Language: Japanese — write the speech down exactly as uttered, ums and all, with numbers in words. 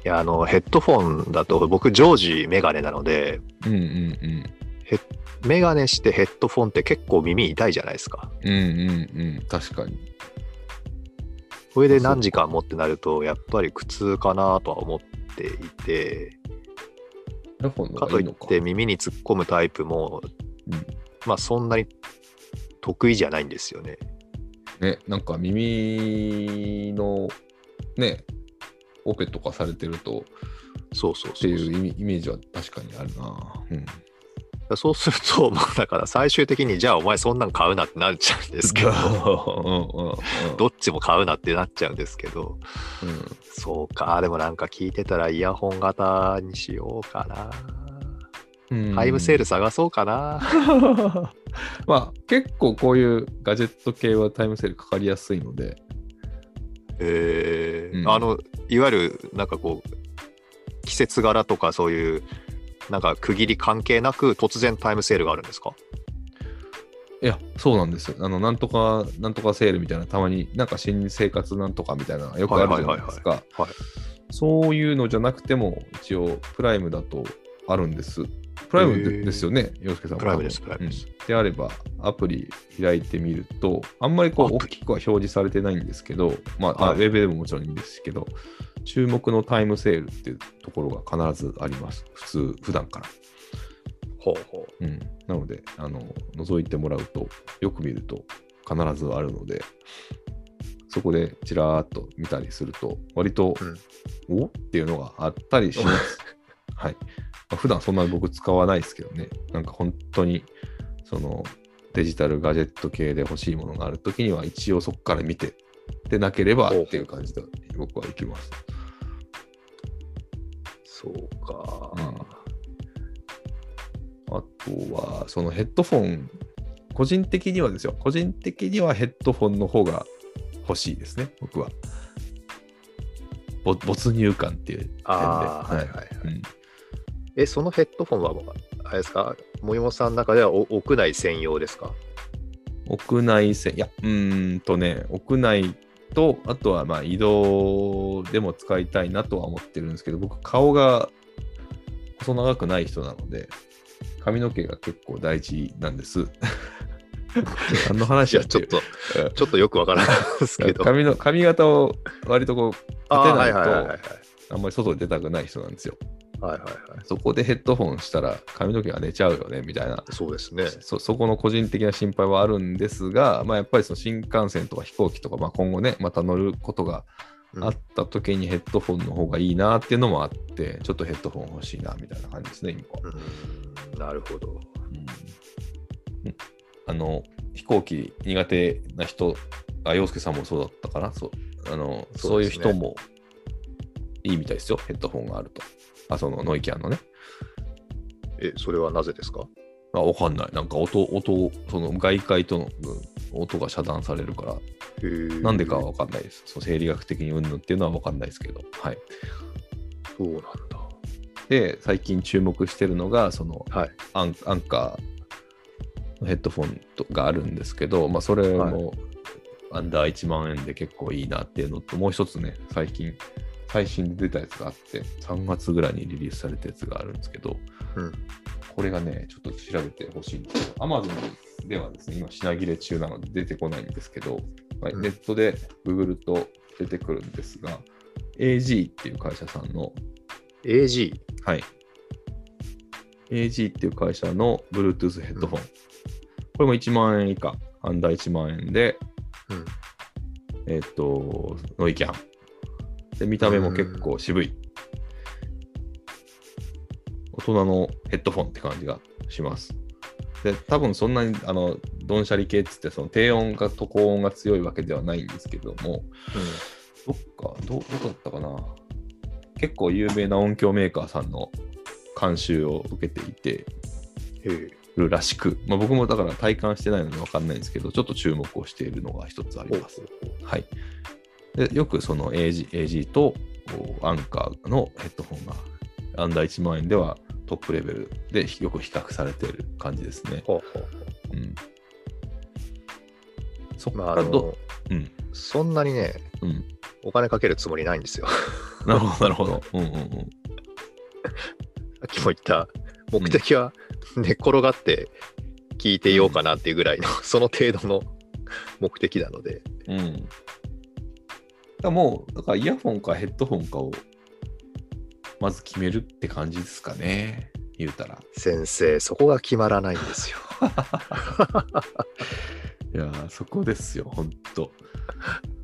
や、あの、ヘッドフォンだと、僕、常時メガネなので、 うんうんうん。 ヘメガネしてヘッドフォンって結構耳痛いじゃないですか。 うんうんうん。確かに。 これで何時間もってなると、やっぱり苦痛かなとは思っていて、 ヘッドフォンのか方がいいのか。 といって耳に突っ込むタイプも、 うん、 まあそんなに得意じゃないんですよね。 ね、なんか耳のね、オペとかされてると、 そうそうそうそう。 っていうイメイメージは確かにあるな。うん。 そうすると、まあだから最終的に、じゃあお前そんなん買うなってなっちゃうんですけど、 うんうんうん、 どっちも買うなってなっちゃうんですけど、 うん、 そうか、でもなんか聞いてたらイヤホン型にしようかな。タイムセール探そうかな。 まあ結構こういうガジェット系はタイムセールかかりやすいので、 えーうん、 あのいわゆるなんかこう季節柄とかそういうなんか区切り関係なく突然タイムセールがあるんですか？ いや、そうなんですよ。あの、なんとか、なんとかセールみたいな、たまになんか新生活なんとかみたいなのよくあるじゃないですか。そういうのじゃなくても、一応、プライムだとあるんです。プライムでですよね、洋介さんも。 プライムです、プライムです。 うん、であれば、アプリ開いてみると、あんまりこう、大きくは表示されてないんですけど、まあ、はい、ウェブでももちろんいいんですけど、注目のタイムセールっていうところが必ずあります。普通、普段から。 ほうほう。うん。なので、あの、覗いてもらうと、よく見ると必ずあるので、そこでちらーっと見たりすると、割と、うん、おっていうのがあったりします。はい。まあ、普段そんなに僕使わないですけどね。なんか本当に、その、デジタルガジェット系で欲しいものがあるときには、一応そこから見て、でなければっていう感じで僕は行きます。 そうか。 うん、あとは、そのヘッドフォン、個人的にはですよ、個人的にはヘッドフォンの方が欲しいですね、僕は。没入感っていう点で。 ああ、はいはいはい。うん、え、そのヘッドフォンは、あれですか、もいもさんの中では屋内専用ですか？ 屋内専、いや、うーんとね、屋内と、あとはまあ移動でも使いたいなとは思ってるんですけど、僕、顔が細長くない人なので、髪の毛が結構大事なんです。何の話やってる？ ちょっと、ちょっとよくわからないですけど。 髪の髪型を割とこう立てないと、あんまり外に出たくない人なんですよ。 はいはいはい。 そこでヘッドホンしたら髪の毛が寝ちゃうよねみたいな。 そうですね。 そ, そこの個人的な心配はあるんですが、まあ、やっぱりその新幹線とか飛行機とか、まあ、今後ね、また乗ることがあった時にヘッドホンの方がいいなっていうのもあって、ちょっとヘッドホン欲しいなみたいな感じですね、今。 うん、なるほど。うん、 あの飛行機苦手な人、あ、洋介さんもそうだったかな、そう、あの、そういう人もいいみたいですよ、ヘッドホンがあると。あ、そのノイキャンのね。 え、それはなぜですか？ あ、わかんない。なんか音、音、その外界との音が遮断されるから、なんでかはわかんないです。その生理学的にうんぬんっていうのはわかんないですけど、はい。 そうなんだ。 で、最近注目してるのが、その、 はい、 アン、アンカーのヘッドフォンがあるんですけど、まあ、それも、アンダーいちまんえんで結構いいなっていうのと、もう一つね、最近、最新で出たやつがあって、さんがつぐらいにリリースされたやつがあるんですけど、うん、これがね、ちょっと調べてほしいんですけど、Amazon ではですね、今品切れ中なので出てこないんですけど、まあ、ネットでググると出てくるんですが、エージー っていう会社さんのエージー？ はい。エージー っていう会社の Bluetooth ヘッドフォン。うん、これもいちまんえん以下、アンダーいちまんえんで、うん、えっと、ノイキャン。で、見た目も結構渋い。大人のヘッドフォンって感じがします。で、多分そんなに、あの、ドンシャリ系っつって、その低音がと高音が強いわけではないんですけども、うん、どっか、ど、どこだったかな。結構有名な音響メーカーさんの監修を受けていて、るらしく、まあ、僕もだから体感してないので分かんないんですけど、ちょっと注目をしているのが一つあります。はい。で、よくその エージー、エージー とアンカーのヘッドホンがアンダーいちまんえんではトップレベルでよく比較されている感じですね。ほうほうほう、うん、そっからど、 まあ、うん、そんなにね、うん、 お金かけるつもりないんですよ。 なるほど、なるほど。うんうんうん。 さっきも言った目的は寝っ転がって聞いていようかなっていうぐらいの、うん、その程度の目的なので。 うん。だからもう、だからイヤホンかヘッドホンかをまず決めるって感じですかね。言うたら。 先生、そこが決まらないんですよ。 いやー、そこですよ、ほんと。